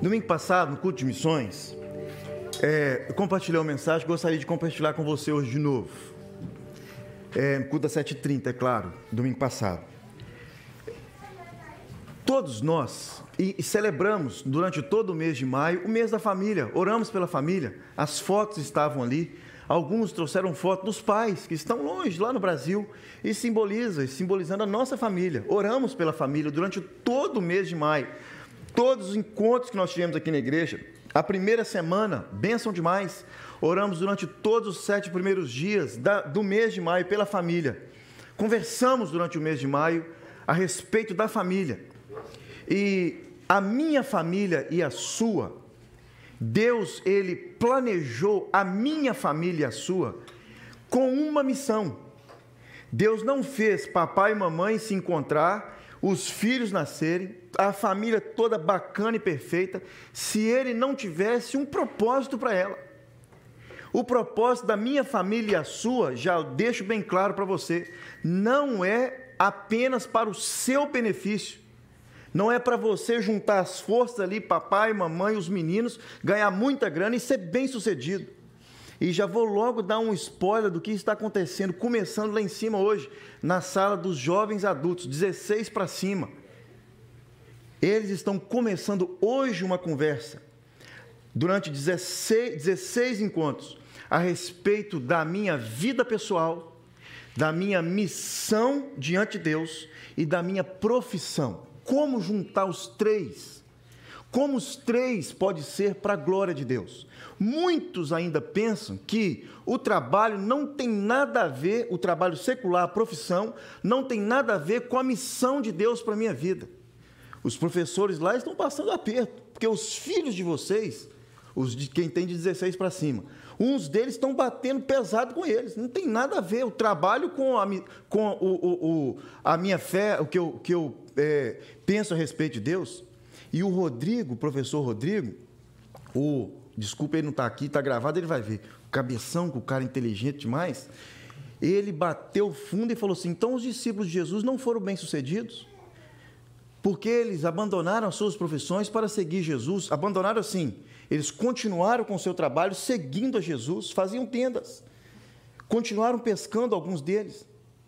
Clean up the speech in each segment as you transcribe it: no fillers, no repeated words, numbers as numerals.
Domingo passado, no culto de missões, eu compartilhei uma mensagem que gostaria de compartilhar com você hoje de novo. No culto das 7h30, é claro, domingo passado. Todos nós celebramos durante todo o mês de maio o mês da família, oramos pela família, as fotos estavam ali, alguns trouxeram foto dos pais que estão longe, lá no Brasil, e simbolizando a nossa família. Oramos pela família durante todo o mês de maio. Todos os encontros que nós tivemos aqui na igreja, a primeira semana, bênção demais, oramos durante todos os 7 primeiros dias do mês de maio pela família. Conversamos durante o mês de maio a respeito da família. E a minha família e a sua, Deus, Ele planejou a minha família e a sua com uma missão. Deus não fez papai e mamãe se encontrar, os filhos nascerem, a família toda bacana e perfeita, se Ele não tivesse um propósito para ela. O propósito da minha família e a sua, já deixo bem claro para você, não é apenas para o seu benefício. Não é para você juntar as forças ali, papai, mamãe, os meninos, ganhar muita grana e ser bem-sucedido. E já vou logo dar um spoiler do que está acontecendo, começando lá em cima hoje, na sala dos jovens adultos, 16 para cima. Eles estão começando hoje uma conversa, durante 16 encontros, a respeito da minha vida pessoal, da minha missão diante de Deus e da minha profissão. Como juntar os três? Como os três pode ser para a glória de Deus? Muitos ainda pensam que o trabalho não tem nada a ver, o trabalho secular, a profissão, não tem nada a ver com a missão de Deus para a minha vida. Os professores lá estão passando aperto, porque os filhos de vocês, os de quem tem de 16 para cima, uns deles estão batendo pesado com eles, não tem nada a ver o trabalho com a minha fé, o que eu penso a respeito de Deus. E o Rodrigo, o professor Rodrigo, desculpa, ele não está aqui, está gravado, ele vai ver, o cabeção, com o cara inteligente demais, ele bateu fundo e falou assim: então os discípulos de Jesus não foram bem-sucedidos? Porque eles abandonaram as suas profissões para seguir Jesus, abandonaram assim, eles continuaram com o seu trabalho, seguindo a Jesus, faziam tendas, continuaram pescando alguns deles,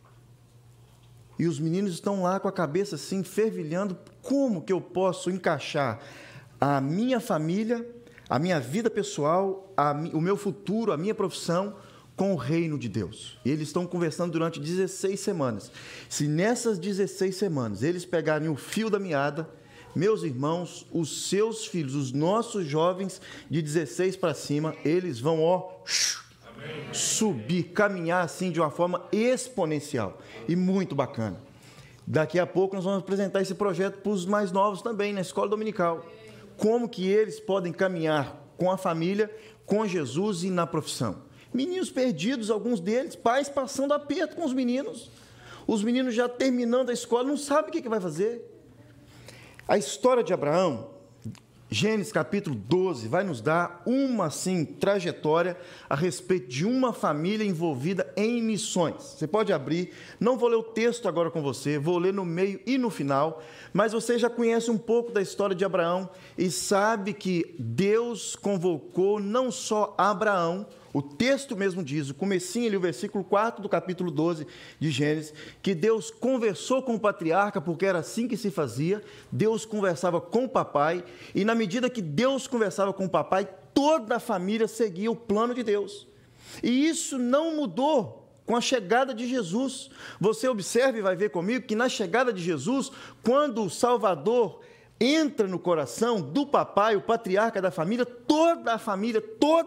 e os meninos estão lá com a cabeça assim, fervilhando, como que eu posso encaixar a minha família, a minha vida pessoal, o meu futuro, a minha profissão, com o reino de Deus. E eles estão conversando durante 16 semanas. Se nessas 16 semanas eles pegarem o fio da meada, meus irmãos, os seus filhos, os nossos jovens de 16 para cima, eles vão, subir, caminhar assim de uma forma exponencial e muito bacana. Daqui a pouco nós vamos apresentar esse projeto para os mais novos também, na escola dominical. Como que eles podem caminhar com a família, com Jesus e na profissão. Meninos perdidos, alguns deles, pais passando aperto com os meninos já terminando a escola, não sabem o que vai fazer. A história de Abraão, Gênesis capítulo 12, vai nos dar uma, assim, trajetória a respeito de uma família envolvida em missões. Você pode abrir, não vou ler o texto agora com você, vou ler no meio e no final, mas você já conhece um pouco da história de Abraão e sabe que Deus convocou não só Abraão, o texto mesmo diz, o comecinho ali, o versículo 4 do capítulo 12 de Gênesis, que Deus conversou com o patriarca, porque era assim que se fazia, Deus conversava com o papai, e na medida que Deus conversava com o papai, toda a família seguia o plano de Deus. E isso não mudou com a chegada de Jesus. Você observa e vai ver comigo que na chegada de Jesus, quando o Salvador entra no coração do papai, o patriarca da família, toda a família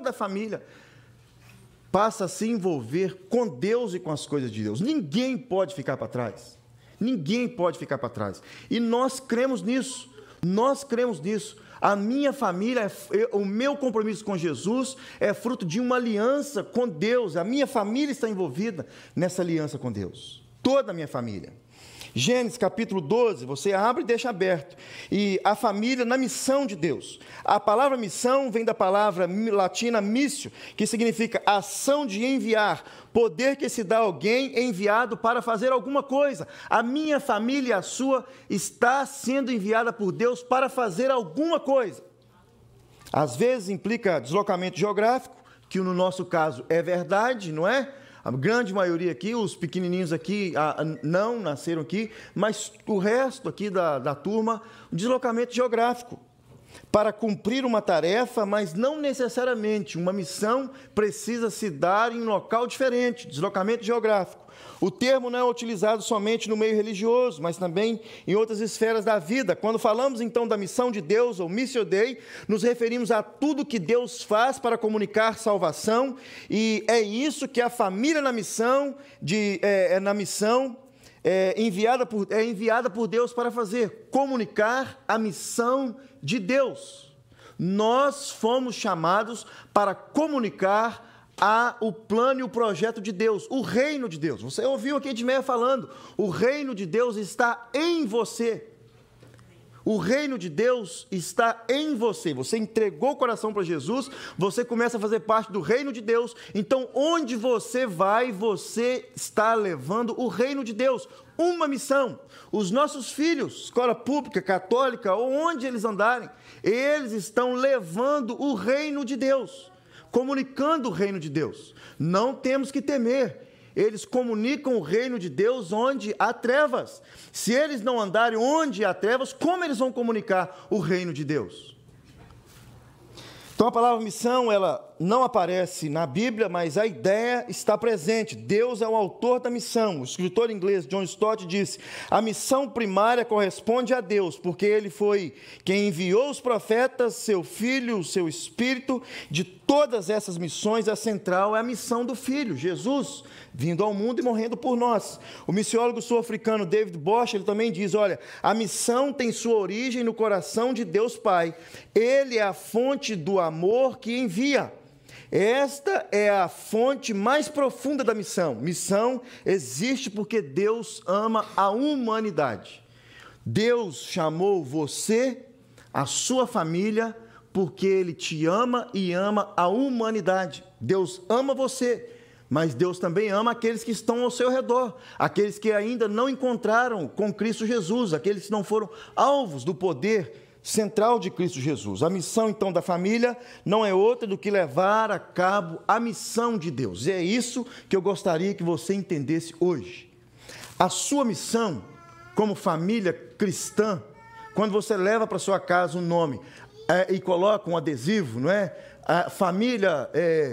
passa a se envolver com Deus e com as coisas de Deus. Ninguém pode ficar para trás. Ninguém pode ficar para trás. E nós cremos nisso. Nós cremos nisso. A minha família, o meu compromisso com Jesus é fruto de uma aliança com Deus. A minha família está envolvida nessa aliança com Deus. Toda a minha família. Gênesis capítulo 12, você abre e deixa aberto. E a família na missão de Deus. A palavra missão vem da palavra latina missio, que significa ação de enviar, poder que se dá a alguém enviado para fazer alguma coisa. A minha família e a sua está sendo enviada por Deus para fazer alguma coisa. Às vezes implica deslocamento geográfico, que no nosso caso é verdade, não é? A grande maioria aqui, os pequenininhos aqui não nasceram aqui, mas o resto aqui da turma, deslocamento geográfico. Para cumprir uma tarefa, mas não necessariamente. Uma missão precisa se dar em um local diferente, deslocamento geográfico. O termo não é utilizado somente no meio religioso, mas também em outras esferas da vida. Quando falamos, então, da missão de Deus, ou Missio Dei, nos referimos a tudo que Deus faz para comunicar salvação, e é isso que a família na missão, enviada por Deus para fazer, comunicar a missão de Deus. Nós fomos chamados para comunicar o plano e o projeto de Deus, o reino de Deus. Você ouviu aqui Edmeia falando, o reino de Deus está em você. O reino de Deus está em você. Você entregou o coração para Jesus, você começa a fazer parte do reino de Deus. Então, onde você vai, você está levando o reino de Deus. Uma missão. Os nossos filhos, escola pública, católica, ou onde eles andarem, eles estão levando o reino de Deus, comunicando o reino de Deus. Não temos que temer. Eles comunicam o reino de Deus onde há trevas. Se eles não andarem onde há trevas, como eles vão comunicar o reino de Deus? Então, a palavra missão, ela não aparece na Bíblia, mas a ideia está presente. Deus é o autor da missão. O escritor inglês John Stott disse: a missão primária corresponde a Deus, porque Ele foi quem enviou os profetas, seu Filho, o seu Espírito. De todas essas missões, a central é a missão do Filho, Jesus, vindo ao mundo e morrendo por nós. O missiólogo sul-africano David Bosch, ele também diz: olha, a missão tem sua origem no coração de Deus Pai. Ele é a fonte do amor que envia. Esta é a fonte mais profunda da missão. Missão existe porque Deus ama a humanidade. Deus chamou você, a sua família, porque Ele te ama e ama a humanidade. Deus ama você, mas Deus também ama aqueles que estão ao seu redor, aqueles que ainda não encontraram com Cristo Jesus, aqueles que não foram alvos do poder central de Cristo Jesus. A missão, então, da família não é outra do que levar a cabo a missão de Deus. E é isso que eu gostaria que você entendesse hoje. A sua missão, como família cristã, quando você leva para sua casa um nome e coloca um adesivo, não é? A família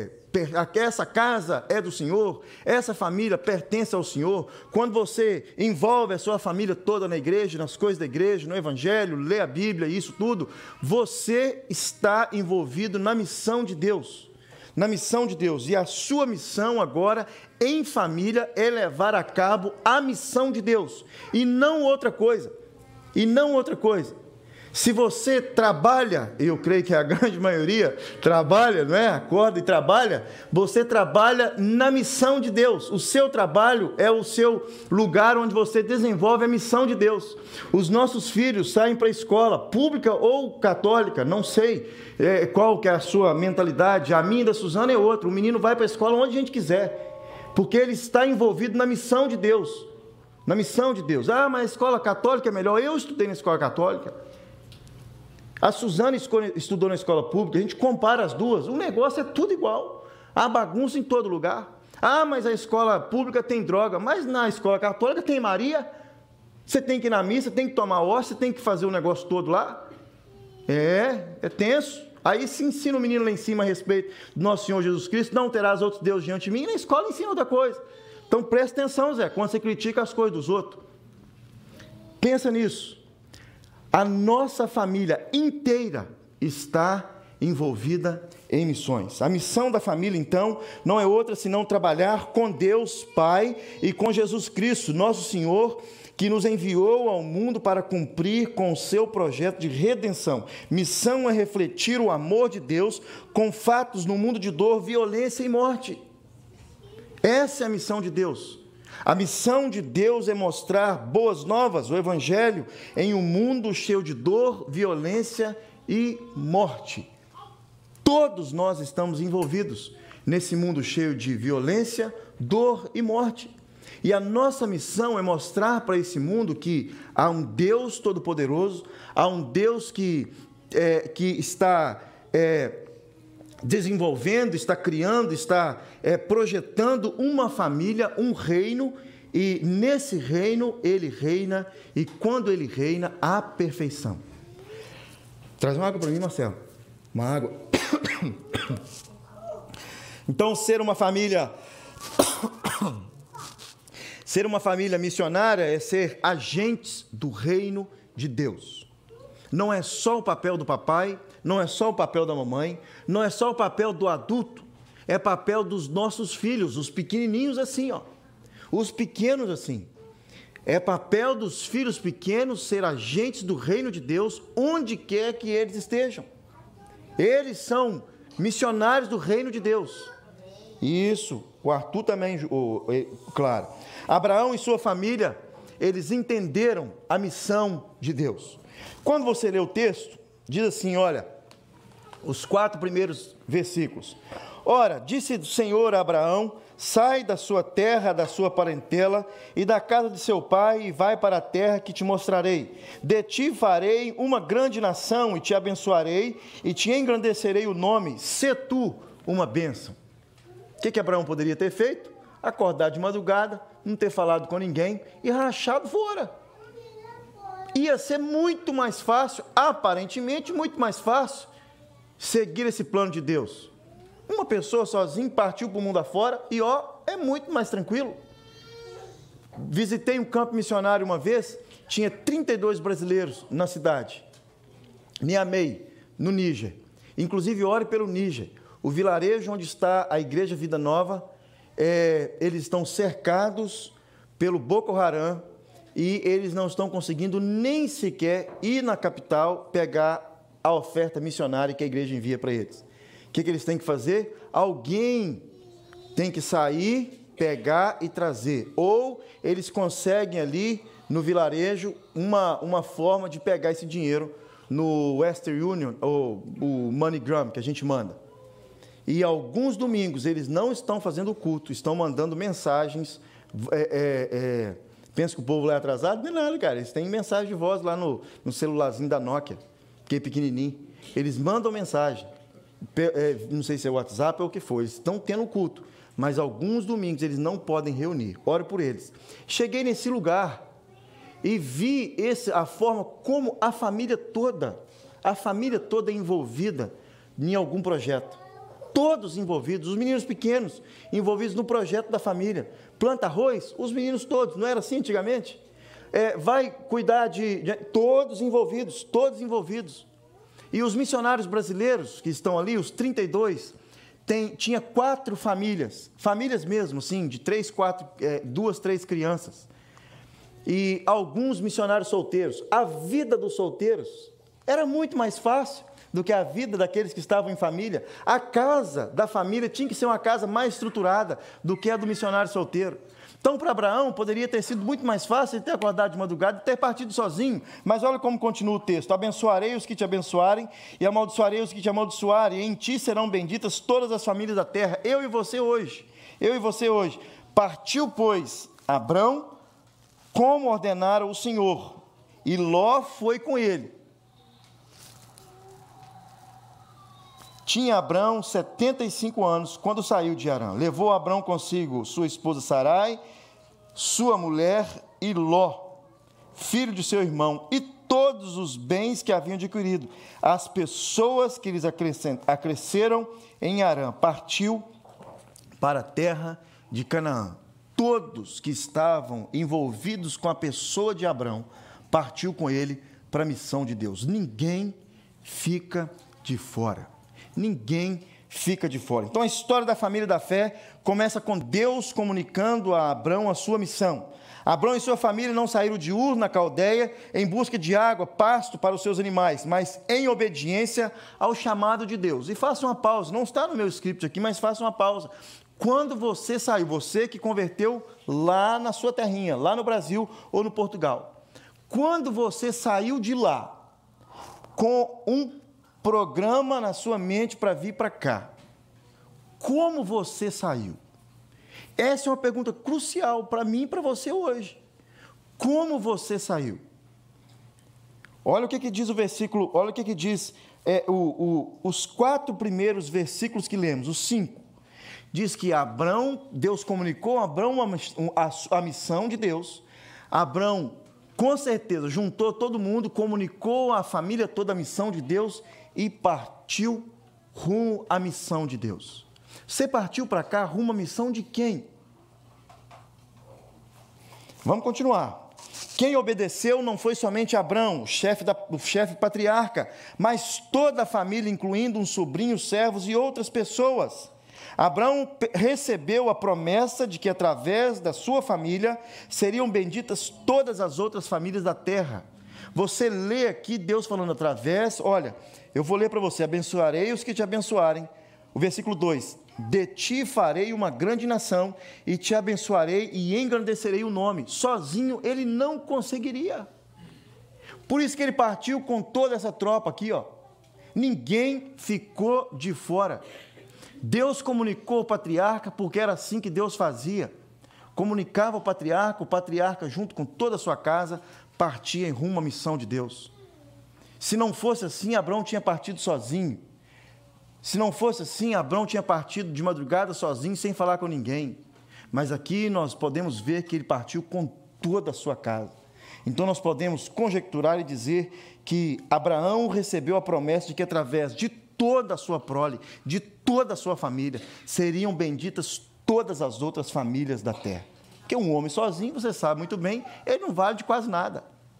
essa casa é do Senhor, essa família pertence ao Senhor. Quando você envolve a sua família toda na igreja, nas coisas da igreja, no Evangelho, lê a Bíblia, isso tudo, você está envolvido na missão de Deus. Na missão de Deus. E a sua missão agora, em família, é levar a cabo a missão de Deus. E não outra coisa. E não outra coisa. Se você trabalha, e eu creio que a grande maioria trabalha, não é? Acorda e trabalha, você trabalha na missão de Deus. O seu trabalho é o seu lugar onde você desenvolve a missão de Deus. Os nossos filhos saem para a escola, pública ou católica, não sei qual que é a sua mentalidade. A minha e da Suzana é outra. O menino vai para a escola onde a gente quiser, porque ele está envolvido na missão de Deus. Na missão de Deus. Ah, mas a escola católica é melhor. Eu estudei na escola católica. A Suzana estudou na escola pública, a gente compara as duas, o negócio é tudo igual, há bagunça em todo lugar. Ah, mas a escola pública tem droga, mas na escola católica tem Maria, você tem que ir na missa, tem que tomar hóstia, tem que fazer o negócio todo lá. É tenso. Aí se ensina o menino lá em cima a respeito do nosso Senhor Jesus Cristo, não terás outros deuses diante de mim, e na escola ensina outra coisa. Então presta atenção, Zé, quando você critica as coisas dos outros. Pensa nisso. A nossa família inteira está envolvida em missões. A missão da família, então, não é outra senão trabalhar com Deus Pai e com Jesus Cristo, nosso Senhor, que nos enviou ao mundo para cumprir com o seu projeto de redenção. Missão é refletir o amor de Deus com fatos no mundo de dor, violência e morte. Essa é a missão de Deus. A missão de Deus é mostrar boas novas, o Evangelho, em um mundo cheio de dor, violência e morte. Todos nós estamos envolvidos nesse mundo cheio de violência, dor e morte. E a nossa missão é mostrar para esse mundo que há um Deus Todo-Poderoso, há um Deus que está desenvolvendo, está criando, está projetando uma família, um reino, e nesse reino ele reina, e quando ele reina, há perfeição. Traz uma água para mim, Marcelo. Uma água. Então, ser uma família missionária é ser agentes do reino de Deus. Não é só o papel do papai, não é só o papel da mamãe, não é só o papel do adulto, é papel dos nossos filhos, os pequenininhos assim, ó. Os pequenos assim. É papel dos filhos pequenos ser agentes do reino de Deus, onde quer que eles estejam. Eles são missionários do reino de Deus. Isso, o Arthur também, claro. Abraão e sua família, eles entenderam a missão de Deus. Quando você lê o texto, diz assim, olha, os 4 primeiros versículos. Ora, disse o Senhor a Abraão, sai da sua terra, da sua parentela e da casa de seu pai e vai para a terra que te mostrarei. De ti farei uma grande nação e te abençoarei e te engrandecerei o nome, sê tu uma bênção. O que Abraão poderia ter feito? Acordar de madrugada, não ter falado com ninguém e rachado fora. Ia ser muito mais fácil, aparentemente muito mais fácil, seguir esse plano de Deus. Uma pessoa sozinha partiu para o mundo afora e é muito mais tranquilo. Visitei um campo missionário uma vez, tinha 32 brasileiros na cidade. Niamey, no Níger. Inclusive, ore pelo Níger. O vilarejo onde está a Igreja Vida Nova, eles estão cercados pelo Boko Haram e eles não estão conseguindo nem sequer ir na capital pegar a oferta missionária que a igreja envia para eles. O que eles têm que fazer? Alguém tem que sair, pegar e trazer. Ou eles conseguem ali no vilarejo uma forma de pegar esse dinheiro no Western Union, ou o MoneyGram que a gente manda. E alguns domingos eles não estão fazendo o culto, estão mandando mensagens. Pensa que o povo lá é atrasado? Não é nada, cara. Eles têm mensagem de voz lá no celularzinho da Nokia, que é pequenininho. Eles mandam mensagem. Não sei se é WhatsApp ou o que for. Eles estão tendo culto. Mas alguns domingos eles não podem reunir. Ore por eles. Cheguei nesse lugar e vi a forma como a família toda é envolvida em algum projeto. Todos envolvidos, os meninos pequenos envolvidos no projeto da família. Planta arroz, os meninos todos, não era assim antigamente? Vai cuidar de todos envolvidos. E os missionários brasileiros que estão ali, os 32, tinha 4 famílias mesmo, assim, de 3, 4, 2, 3 crianças. E alguns missionários solteiros. A vida dos solteiros era muito mais fácil do que a vida daqueles que estavam em família. A casa da família tinha que ser uma casa mais estruturada do que a do missionário solteiro. Então, para Abraão, poderia ter sido muito mais fácil ele ter acordado de madrugada e ter partido sozinho. Mas olha como continua o texto. Abençoarei os que te abençoarem e amaldiçoarei os que te amaldiçoarem. E em ti serão benditas todas as famílias da terra. Eu e você hoje. Partiu, pois, Abrão, como ordenara o Senhor. E Ló foi com ele. Tinha Abrão 75 anos quando saiu de Harã. Levou Abrão consigo sua esposa Sarai, sua mulher e Ló, filho de seu irmão, e todos os bens que haviam adquirido. As pessoas que lhes acresceram em Harã. Partiu para a terra de Canaã. Todos que estavam envolvidos com a pessoa de Abrão, partiu com ele para a missão de Deus. Ninguém fica de fora. Ninguém fica de fora. Então, a história da família da fé começa com Deus comunicando a Abrão a sua missão. Abrão e sua família não saíram de Ur, na Caldeia, em busca de água, pasto para os seus animais, mas em obediência ao chamado de Deus. E faça uma pausa, não está no meu script aqui, mas faça uma pausa. Quando você saiu, você que converteu lá na sua terrinha, lá no Brasil ou no Portugal, quando você saiu de lá com um programa na sua mente para vir para cá, como você saiu? Essa é uma pergunta crucial para mim e para você hoje. Como você saiu? Olha o que diz o versículo, olha o que diz os 4 primeiros versículos que lemos, os 5. Diz que Deus comunicou a Abrão a missão de Deus. Abrão, com certeza, juntou todo mundo, comunicou à família toda a missão de Deus e partiu rumo à missão de Deus. Você partiu para cá rumo à missão de quem? Vamos continuar. Quem obedeceu não foi somente Abrão, o chefe patriarca, mas toda a família, incluindo um sobrinho, servos e outras pessoas. Abrão recebeu a promessa de que através da sua família seriam benditas todas as outras famílias da terra. Você lê aqui Deus falando através, olha, eu vou ler para você, abençoarei os que te abençoarem. O versículo 2, de ti farei uma grande nação e te abençoarei e engrandecerei o nome. Sozinho ele não conseguiria. Por isso que ele partiu com toda essa tropa aqui, ó. Ninguém ficou de fora. Deus comunicou ao patriarca porque era assim que Deus fazia. Comunicava ao patriarca, o patriarca junto com toda a sua casa partia em rumo à missão de Deus. Se não fosse assim, Abrão tinha partido sozinho. Se não fosse assim, Abrão tinha partido de madrugada sozinho, sem falar com ninguém. Mas aqui nós podemos ver que ele partiu com toda a sua casa. Então nós podemos conjecturar e dizer que Abraão recebeu a promessa de que através de toda a sua prole, de toda a sua família, seriam benditas todas as outras famílias da terra. Porque um homem sozinho, você sabe muito bem, ele não vale de quase nada.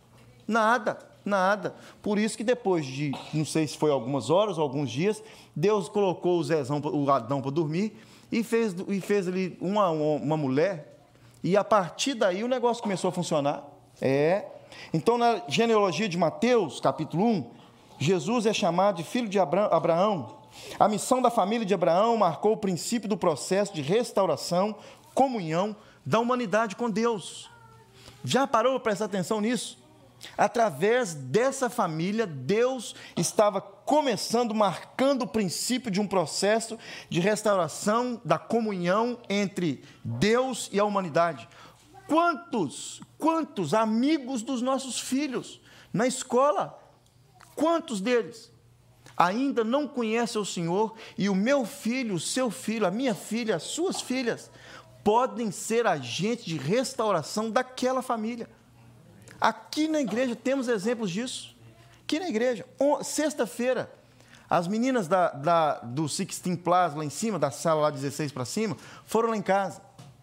Nada. Por isso que depois de, não sei se foi algumas horas ou alguns dias, Deus colocou o Adão para dormir e fez ali uma mulher, e a partir daí o negócio começou a funcionar. Então, na genealogia de Mateus, capítulo 1, Jesus é chamado de filho de Abraão. A missão da família de Abraão marcou o princípio do processo de restauração, comunhão da humanidade com Deus. Já parou para prestar atenção nisso? Através dessa família, Deus estava marcando o princípio de um processo de restauração da comunhão entre Deus e a humanidade. Quantos amigos dos nossos filhos na escola, quantos deles ainda não conhecem o Senhor, e o meu filho, o seu filho, a minha filha, as suas filhas, podem ser agentes de restauração daquela família. Aqui na igreja temos exemplos disso. Aqui na igreja, sexta-feira, as meninas do 16 Plus, lá em cima, da sala lá 16 para cima, foram lá em casa.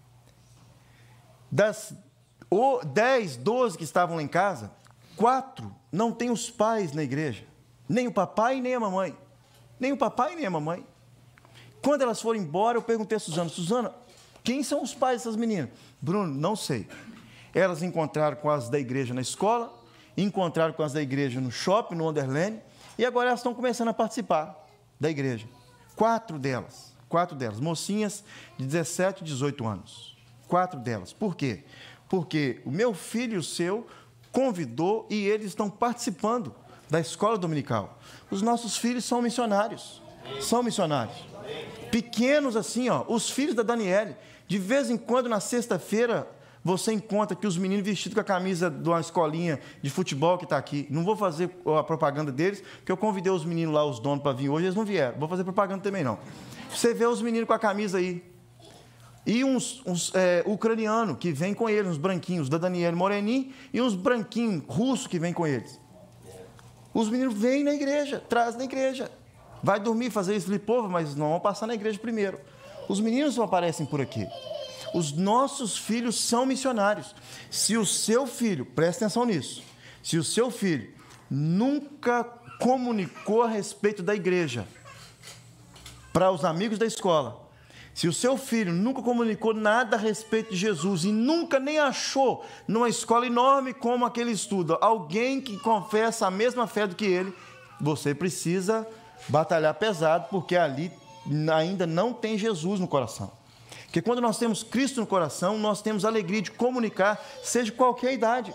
Das 10, 12 que estavam lá em casa, 4 não têm os pais na igreja. Nem o papai, nem a mamãe. Nem o papai, nem a mamãe. Quando elas foram embora, eu perguntei a Suzana, quem são os pais dessas meninas? Bruno, não sei. Elas encontraram com as da igreja na escola, encontraram com as da igreja no shopping, no Wonderland, e agora elas estão começando a participar da igreja. 4 delas, mocinhas de 17, 18 anos. 4 delas. Por quê? Porque o meu filho e o seu convidou e eles estão participando da escola dominical. Os nossos filhos são missionários. Pequenos assim, ó, os filhos da Daniele. De vez em quando, na sexta-feira, você encontra que os meninos vestidos com a camisa de uma escolinha de futebol que está aqui. Não vou fazer a propaganda deles, porque eu convidei os meninos lá, os donos, para vir hoje, eles não vieram. Vou fazer propaganda também, não. Você vê os meninos com a camisa aí. E uns ucranianos que vêm com eles, uns branquinhos, da Daniele Morenin, e uns branquinhos russos que vêm com eles. Os meninos vêm na igreja, trazem na igreja. Vai dormir, fazer sleepover, mas não vão passar na igreja primeiro. Os meninos não aparecem por aqui. Os nossos filhos são missionários. Se o seu filho, presta atenção nisso, se o seu filho nunca comunicou a respeito da igreja para os amigos da escola, se o seu filho nunca comunicou nada a respeito de Jesus e nunca nem achou numa escola enorme como aquele estuda alguém que confessa a mesma fé do que ele, você precisa batalhar pesado, porque ali ainda não tem Jesus no coração. Porque quando nós temos Cristo no coração, nós temos a alegria de comunicar, seja qualquer idade.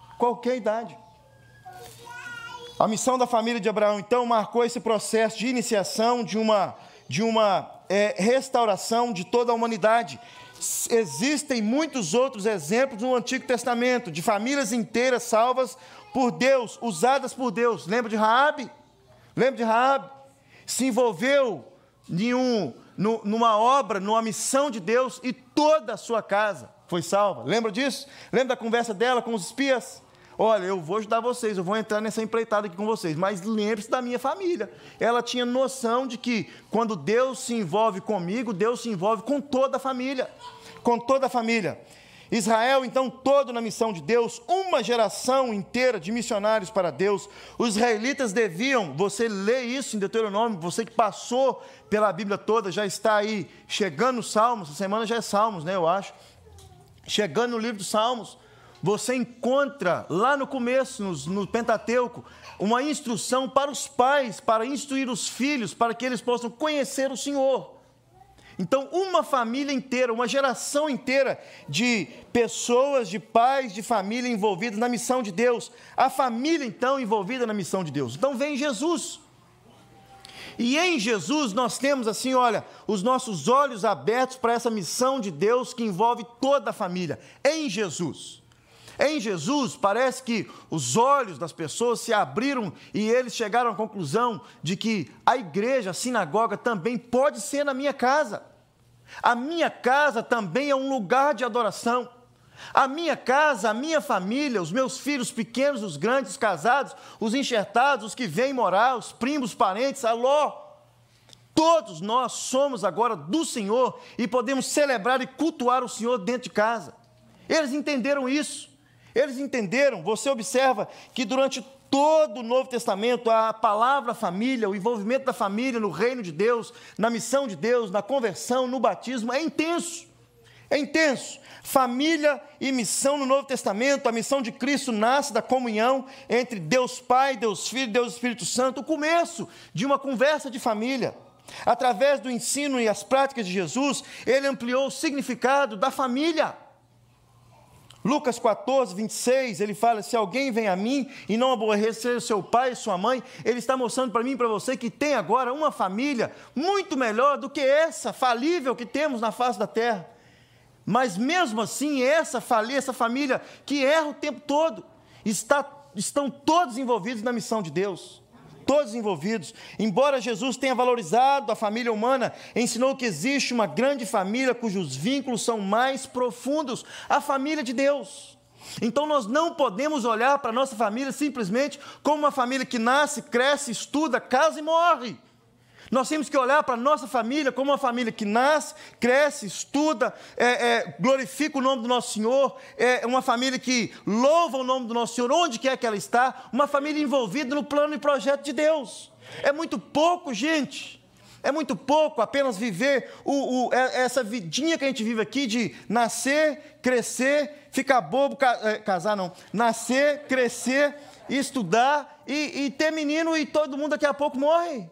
A missão da família de Abraão, então, marcou esse processo de iniciação de uma restauração de toda a humanidade. Existem muitos outros exemplos no Antigo Testamento, de famílias inteiras salvas por Deus, usadas por Deus. Lembra de Raabe? Lembra de Raabe? Se envolveu numa obra, numa missão de Deus, e toda a sua casa foi salva. Lembra disso? Lembra da conversa dela com os espias? Olha, eu vou ajudar vocês, eu vou entrar nessa empreitada aqui com vocês, mas lembre-se da minha família. Ela tinha noção de que quando Deus se envolve comigo, Deus se envolve com toda a família. Com toda a família. Israel, então, todo na missão de Deus, uma geração inteira de missionários para Deus. Os israelitas deviam, você lê isso em Deuteronômio, você que passou pela Bíblia toda, já está aí chegando nos Salmos, essa semana já é Salmos, né, eu acho. Chegando no livro dos Salmos, você encontra lá no começo, no Pentateuco, uma instrução para os pais, para instruir os filhos, para que eles possam conhecer o Senhor. Então, uma família inteira, uma geração inteira de pessoas, de pais, de família envolvidas na missão de Deus. A família, então, envolvida na missão de Deus. Então, vem Jesus. E em Jesus nós temos assim, olha, os nossos olhos abertos para essa missão de Deus que envolve toda a família. Em Jesus. Em Jesus, parece que os olhos das pessoas se abriram e eles chegaram à conclusão de que a igreja, a sinagoga, também pode ser na minha casa. A minha casa também é um lugar de adoração. A minha casa, a minha família, os meus filhos pequenos, os grandes, os casados, os enxertados, os que vêm morar, os primos, os parentes, alô, todos nós somos agora do Senhor e podemos celebrar e cultuar o Senhor dentro de casa. Eles entenderam isso. Eles entenderam, você observa que durante todo o Novo Testamento, a palavra família, o envolvimento da família no reino de Deus, na missão de Deus, na conversão, no batismo, é intenso. É intenso. Família e missão no Novo Testamento, a missão de Cristo nasce da comunhão entre Deus Pai, Deus Filho e Deus Espírito Santo, o começo de uma conversa de família. Através do ensino e as práticas de Jesus, ele ampliou o significado da família. Lucas 14, 26, ele fala, se alguém vem a mim e não aborrecer o seu pai e sua mãe, ele está mostrando para mim e para você que tem agora uma família muito melhor do que essa falível que temos na face da terra. Mas mesmo assim, essa família que erra o tempo todo, estão todos envolvidos na missão de Deus. Todos envolvidos. Embora Jesus tenha valorizado a família humana, ensinou que existe uma grande família cujos vínculos são mais profundos, a família de Deus. Então nós não podemos olhar para a nossa família simplesmente como uma família que nasce, cresce, estuda, casa e morre. Nós temos que olhar para a nossa família como uma família que nasce, cresce, estuda, glorifica o nome do nosso Senhor, uma família que louva o nome do nosso Senhor, onde quer que ela está, uma família envolvida no plano e projeto de Deus. É muito pouco, gente, é muito pouco apenas viver essa vidinha que a gente vive aqui de nascer, crescer, ficar bobo, casar não, nascer, crescer, estudar e ter menino e todo mundo daqui a pouco morre.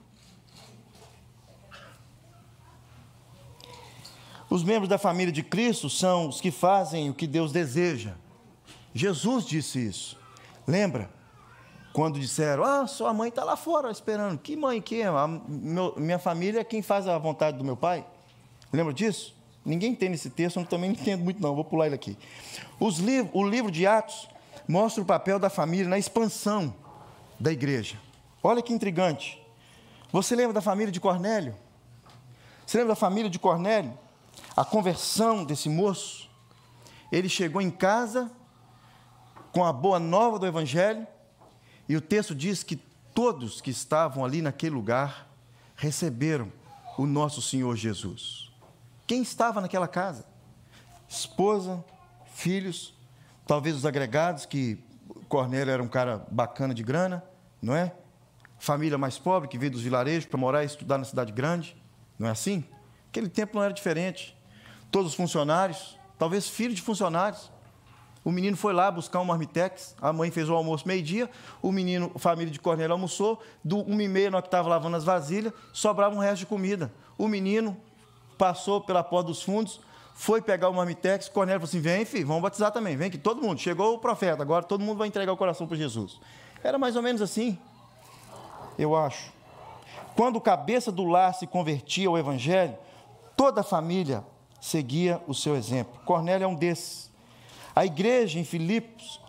Os membros da família de Cristo são os que fazem o que Deus deseja. Jesus disse isso. Lembra? Quando disseram, sua mãe está lá fora esperando. Que mãe que é? Minha família é quem faz a vontade do meu pai. Lembra disso? Ninguém entende esse texto, eu também não entendo muito não, vou pular ele aqui. O livro de Atos mostra o papel da família na expansão da igreja. Olha que intrigante. Você lembra da família de Cornélio? Você lembra da família de Cornélio? A conversão desse moço, ele chegou em casa com a boa nova do Evangelho, e o texto diz que todos que estavam ali naquele lugar receberam o nosso Senhor Jesus. Quem estava naquela casa? Esposa, filhos, talvez os agregados, que Cornélio era um cara bacana de grana, não é? Família mais pobre, que veio dos vilarejos para morar e estudar na cidade grande, não é assim? Aquele tempo não era diferente. Todos os funcionários, talvez filho de funcionários. O menino foi lá buscar um marmitex, a mãe fez o almoço meio-dia, a família de Cornélio almoçou, do 1h30, nós que estava lavando as vasilhas, sobrava um resto de comida. O menino passou pela porta dos fundos, foi pegar o marmitex, Cornélio falou assim, vem filho, vamos batizar também, vem que todo mundo, chegou o profeta, agora todo mundo vai entregar o coração para Jesus. Era mais ou menos assim, eu acho. Quando o cabeça do lar se convertia ao Evangelho, toda a família seguia o seu exemplo. Cornélio é um desses. A igreja em Filipos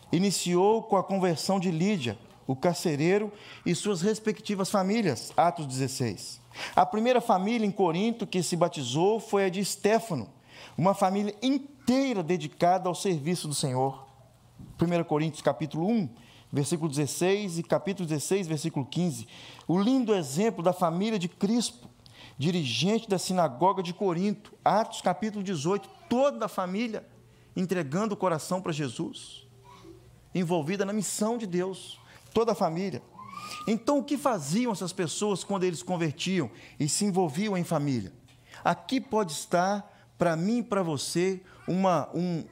iniciou com a conversão de Lídia, o carcereiro e suas respectivas famílias, Atos 16. A primeira família em Corinto que se batizou foi a de Estéfano, uma família inteira dedicada ao serviço do Senhor. 1 Coríntios capítulo 1, versículo 16 e capítulo 16, versículo 15. O lindo exemplo da família de Crispo, dirigente da sinagoga de Corinto. Atos capítulo 18, toda a família entregando o coração para Jesus, envolvida na missão de Deus, toda a família. Então, o que faziam essas pessoas quando eles convertiam e se envolviam em família? Aqui pode estar, para mim e para você, uma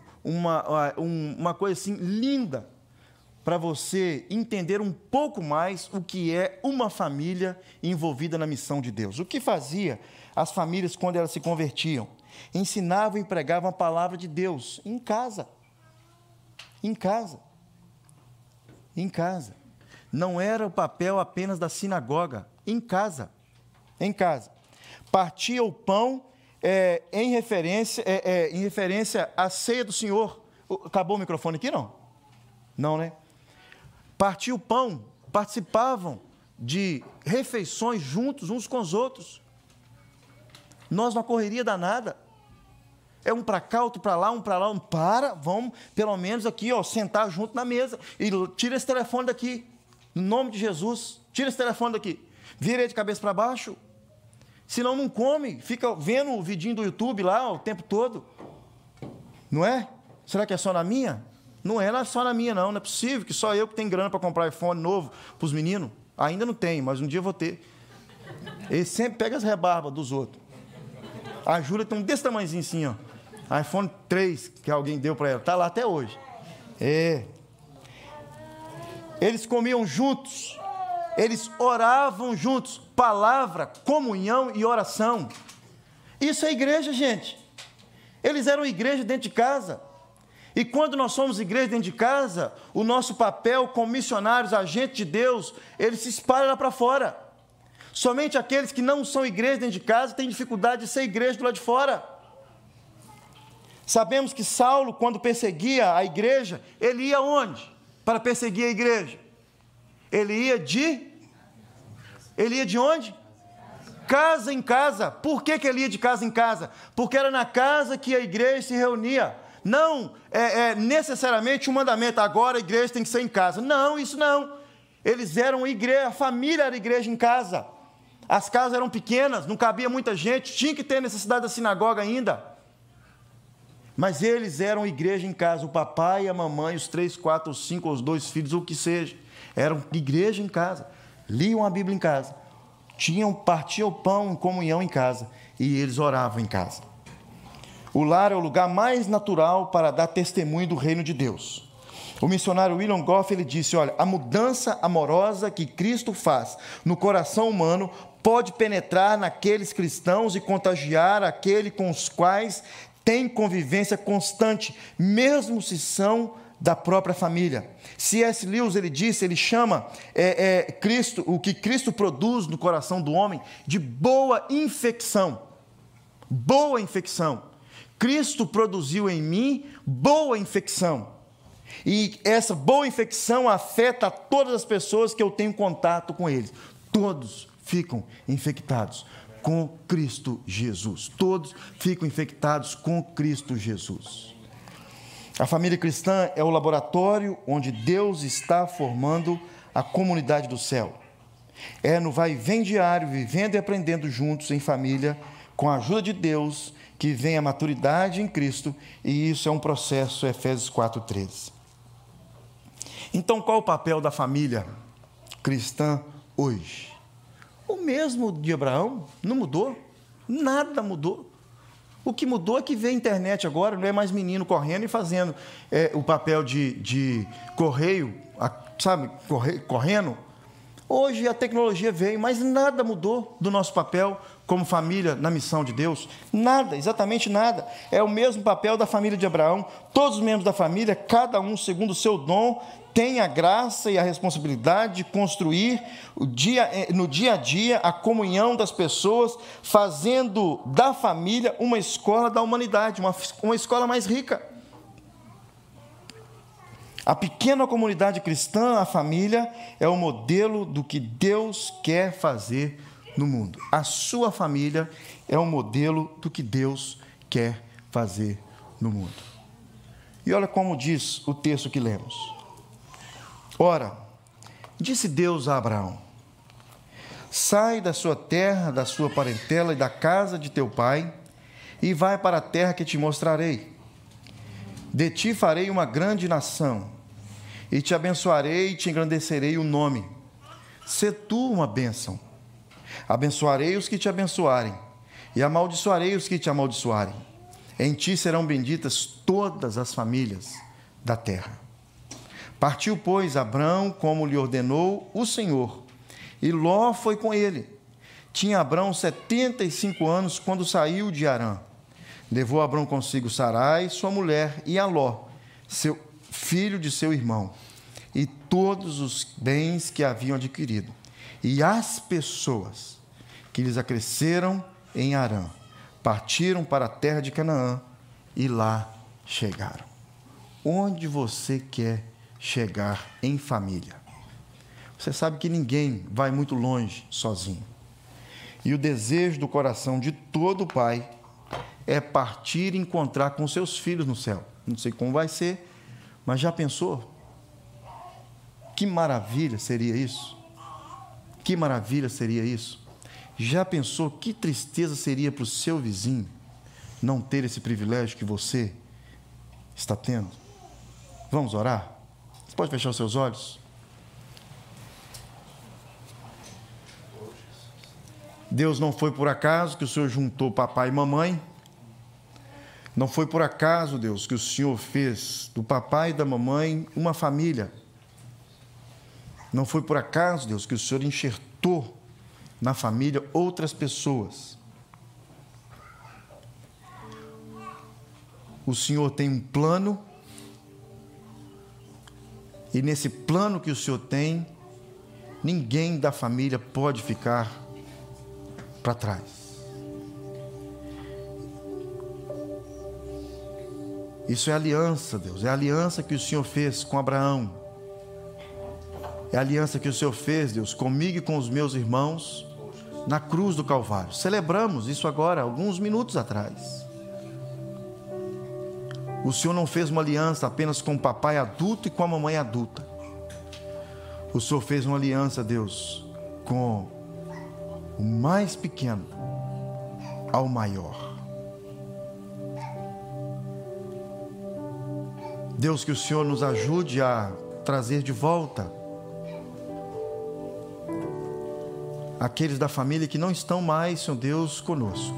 coisa assim linda, para você entender um pouco mais o que é uma família envolvida na missão de Deus. O que fazia as famílias quando elas se convertiam? Ensinavam e pregavam a palavra de Deus em casa. Em casa. Em casa. Não era o papel apenas da sinagoga. Em casa. Em casa. Partia o pão em referência à ceia do Senhor. Acabou o microfone aqui, não? Não, né? Partia o pão, participavam de refeições juntos, uns com os outros. Nós na correria danada. É um para cá, outro para lá, um para lá, vamos pelo menos aqui, sentar junto na mesa. E tira esse telefone daqui, no nome de Jesus, tira esse telefone daqui. Vira ele de cabeça para baixo, senão não come, fica vendo o vidinho do YouTube lá o tempo todo. Não é? Será que é só na minha? Não é só na minha, não é possível que só eu que tenho grana para comprar iPhone novo para os meninos. Ainda não tenho, mas um dia eu vou ter. Ele sempre pega as rebarbas dos outros. A Júlia tem um desse tamanhozinho assim, ó. iPhone 3 que alguém deu para ela, está lá até hoje. Eles comiam juntos, eles oravam juntos, palavra, comunhão e oração. Isso é igreja, gente. Eles eram igreja dentro de casa. E quando nós somos igreja dentro de casa, o nosso papel como missionários, agentes de Deus, ele se espalha lá para fora. Somente aqueles que não são igreja dentro de casa têm dificuldade de ser igreja do lado de fora. Sabemos que Saulo, quando perseguia a igreja, ele ia onde? Para perseguir a igreja. Ele ia de onde? Casa em casa. Por que ele ia de casa em casa? Porque era na casa que a igreja se reunia. Não necessariamente um mandamento, agora a igreja tem que ser em casa. Não, isso não. Eles eram igreja, a família era igreja em casa. As casas eram pequenas, não cabia muita gente, tinha que ter necessidade da sinagoga ainda. Mas eles eram igreja em casa, o papai, a mamãe, os 3, 4, os 5, os 2 filhos, ou o que seja. Eram igreja em casa, liam a Bíblia em casa, partiam o pão em comunhão em casa, e eles oravam em casa. O lar é o lugar mais natural para dar testemunho do reino de Deus. O missionário William Goff, ele disse, olha, a mudança amorosa que Cristo faz no coração humano pode penetrar naqueles cristãos e contagiar aquele com os quais tem convivência constante, mesmo se são da própria família. C.S. Lewis, ele chama Cristo, o que Cristo produz no coração do homem, de boa infecção. Boa infecção. Cristo produziu em mim boa infecção. E essa boa infecção afeta todas as pessoas que eu tenho contato com eles. Todos ficam infectados com Cristo Jesus. Todos ficam infectados com Cristo Jesus. A família cristã é o laboratório onde Deus está formando a comunidade do céu. É no vai e vem diário, vivendo e aprendendo juntos em família, com a ajuda de Deus, que vem a maturidade em Cristo, e isso é um processo, Efésios 4:13. Então, qual o papel da família cristã hoje? O mesmo de Abraão, não mudou, nada mudou. O que mudou é que veio a internet agora, não é mais menino correndo e fazendo o papel de correio, sabe, correndo. Hoje a tecnologia veio, mas nada mudou do nosso papel como família na missão de Deus. Nada, exatamente nada. É o mesmo papel da família de Abraão. Todos os membros da família, cada um segundo o seu dom, tem a graça e a responsabilidade de construir no dia a dia a comunhão das pessoas, fazendo da família uma escola da humanidade, uma escola mais rica. A pequena comunidade cristã, a família, é o modelo do que Deus quer fazer no mundo. A sua família é o modelo do que Deus quer fazer no mundo. E olha como diz o texto que lemos. Ora, disse Deus a Abraão: sai da sua terra, da sua parentela e da casa de teu pai, e vai para a terra que te mostrarei. De ti farei uma grande nação, e te abençoarei e te engrandecerei o nome. Sê tu uma bênção. Abençoarei os que te abençoarem, e amaldiçoarei os que te amaldiçoarem. Em ti serão benditas todas as famílias da terra. Partiu, pois, Abrão, como lhe ordenou o Senhor, e Ló foi com ele. Tinha Abrão 75 anos quando saiu de Harã. Levou Abrão consigo Sarai, sua mulher, e a Ló, seu filho de seu irmão, e todos os bens que haviam adquirido, e as pessoas que lhes acresceram em Harã, partiram para a terra de Canaã, e lá chegaram. Onde você quer chegar em família? Você sabe que ninguém vai muito longe sozinho. E o desejo do coração de todo pai é partir e encontrar com seus filhos no céu. Não sei como vai ser, mas já pensou? Que maravilha seria isso? Que maravilha seria isso? Já pensou que tristeza seria para o seu vizinho não ter esse privilégio que você está tendo? Vamos orar? Você pode fechar os seus olhos? Deus, não foi por acaso que o Senhor juntou papai e mamãe. Não foi por acaso, Deus, que o Senhor fez do papai e da mamãe uma família. Não foi por acaso, Deus, que o Senhor enxertou na família outras pessoas. O Senhor tem um plano, e nesse plano que o Senhor tem, ninguém da família pode ficar para trás. Isso é aliança, Deus, é a aliança que o Senhor fez com Abraão. É a aliança que o Senhor fez, Deus, comigo e com os meus irmãos na cruz do Calvário. Celebramos isso agora, alguns minutos atrás. O Senhor não fez uma aliança apenas com o papai adulto e com a mamãe adulta. O Senhor fez uma aliança, Deus, com o mais pequeno ao maior. Deus, que o Senhor nos ajude a trazer de volta aqueles da família que não estão mais, Senhor Deus, conosco.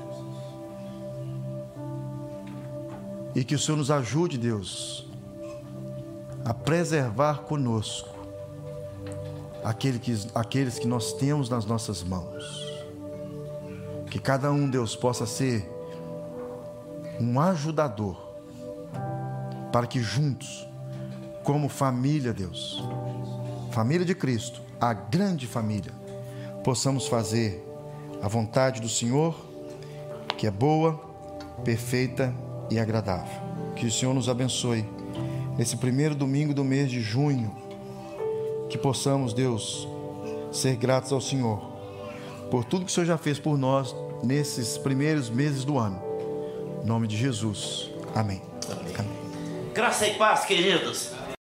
E que o Senhor nos ajude, Deus, a preservar conosco aqueles que nós temos nas nossas mãos. Que cada um, Deus, possa ser um ajudador, para que juntos, como família, Deus, família de Cristo, a grande família, possamos fazer a vontade do Senhor, que é boa, perfeita e agradável. Que o Senhor nos abençoe nesse primeiro domingo do mês de junho, que possamos, Deus, ser gratos ao Senhor por tudo que o Senhor já fez por nós nesses primeiros meses do ano. Em nome de Jesus. Amém. Amém. Graça e paz, queridos.